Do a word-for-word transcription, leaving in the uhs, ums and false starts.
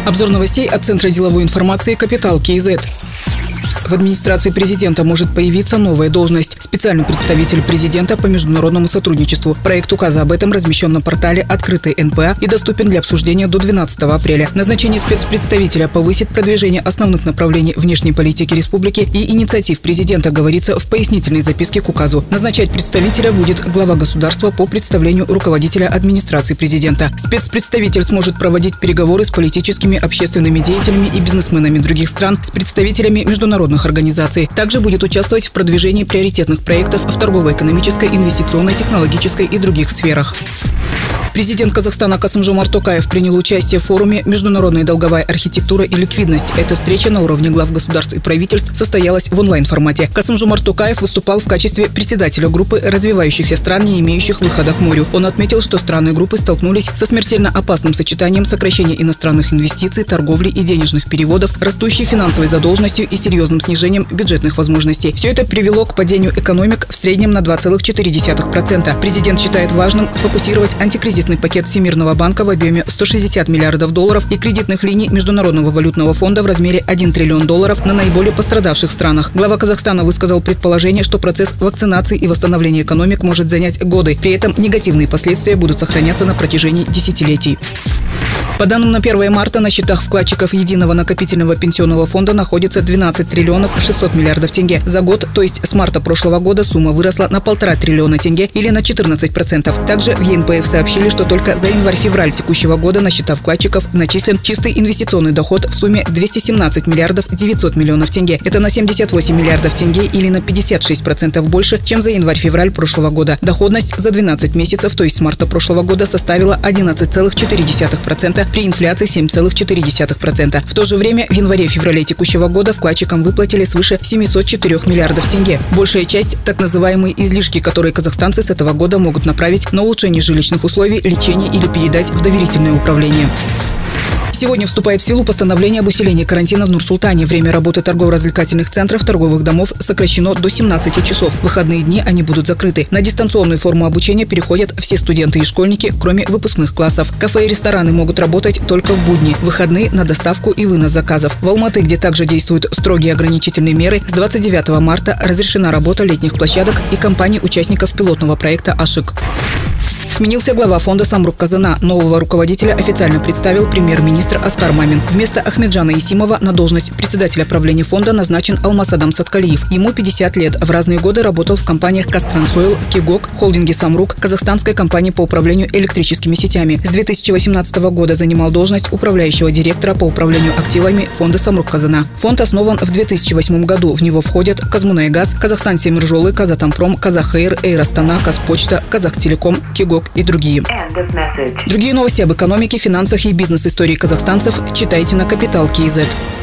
Обзор новостей от Центра деловой информации «Капитал КИЗ». В администрации президента может появиться новая должность – специальный представитель президента по международному сотрудничеству. Проект указа об этом размещен на портале «Открытый эн пэ а» и доступен для обсуждения до двенадцатого апреля. Назначение спецпредставителя повысит продвижение основных направлений внешней политики республики и инициатив президента, говорится в пояснительной записке к указу. Назначать представителя будет глава государства по представлению руководителя администрации президента. Спецпредставитель сможет проводить переговоры с политическими, общественными деятелями и бизнесменами других стран, с представителями международных организаций. Также будет участвовать в продвижении приоритетных проектов в торгово-экономической, инвестиционной, технологической и других сферах. Президент Казахстана Касым-Жомарт Токаев принял участие в форуме «Международная долговая архитектура и ликвидность». Эта встреча на уровне глав государств и правительств состоялась в онлайн-формате. Касым-Жомарт Токаев выступал в качестве председателя группы развивающихся стран, не имеющих выхода к морю. Он отметил, что страны группы столкнулись со смертельно опасным сочетанием сокращения иностранных инвестиций, торговли и денежных переводов, растущей финансовой задолженностью и серьезным снижением бюджетных возможностей. Все это привело к падению экономик в среднем на два целых четыре десятых процента. Президент считает важным сфокусировать антикризисный пакет Всемирного банка в объеме сто шестьдесят миллиардов долларов и кредитных линий Международного валютного фонда в размере один триллион долларов на наиболее пострадавших странах. Глава Казахстана высказал предположение, что процесс вакцинации и восстановления экономик может занять годы. При этом негативные последствия будут сохраняться на протяжении десятилетий. По данным на первое марта, на счетах вкладчиков Единого накопительного пенсионного фонда находится двенадцать триллионов шестьсот миллиардов тенге. За год, то есть с марта прошлого года, сумма выросла на полтора триллиона тенге или на четырнадцать процентов. Также в е эн пэ эф сообщили, что только за январь-февраль текущего года на счета вкладчиков начислен чистый инвестиционный доход в сумме двести семнадцать миллиардов девятьсот миллионов тенге. Это на семьдесят восемь миллиардов тенге или на пятьдесят шесть процентов больше, чем за январь-февраль прошлого года. Доходность за двенадцать месяцев, то есть с марта прошлого года, составила одиннадцать целых четыре десятых процента, при инфляции семь целых четыре десятых процента. В то же время в январе-феврале текущего года вкладчикам выплатили свыше семисот четырёх миллиардов тенге. Большая часть – так называемые излишки, которые казахстанцы с этого года могут направить на улучшение жилищных условий, лечение или передать в доверительное управление. Сегодня вступает в силу постановление об усилении карантина в Нур-Султане. Время работы торгово-развлекательных центров, торговых домов сокращено до семнадцати часов. В выходные дни они будут закрыты. На дистанционную форму обучения переходят все студенты и школьники, кроме выпускных классов. Кафе и рестораны могут работать только в будни. В выходные на доставку и вынос заказов. В Алматы, где также действуют строгие ограничительные меры, с двадцать девятого марта разрешена работа летних площадок и компаний-участников пилотного проекта «Ашик». Сменился глава фонда «Самрук-Казана». Нового руководителя официально представил премьер-министр Аскар Мамин. Вместо Ахмеджана Исимова на должность председателя правления фонда назначен Алмасадам Саткалиев. Ему пятьдесят лет. В разные годы работал в компаниях «Кастрансойл», «Кигок», холдинге «Самрук», казахстанской компании по управлению электрическими сетями. С две тысячи восемнадцатого года занимал должность управляющего директора по управлению активами фонда «Самрук-Казана». Фонд основан в две тысячи восьмом году. В него входят «Казмунайгаз», «Казахстан-Семиржолы», «Казатомпром», «Казахэйр», «Эйр Астана», «Казпочта», «Казахтелеком», «Кигок» и другие. Другие новости об экономике, финансах и бизнес-истории казахстанцев читайте на Капитал КИЗ.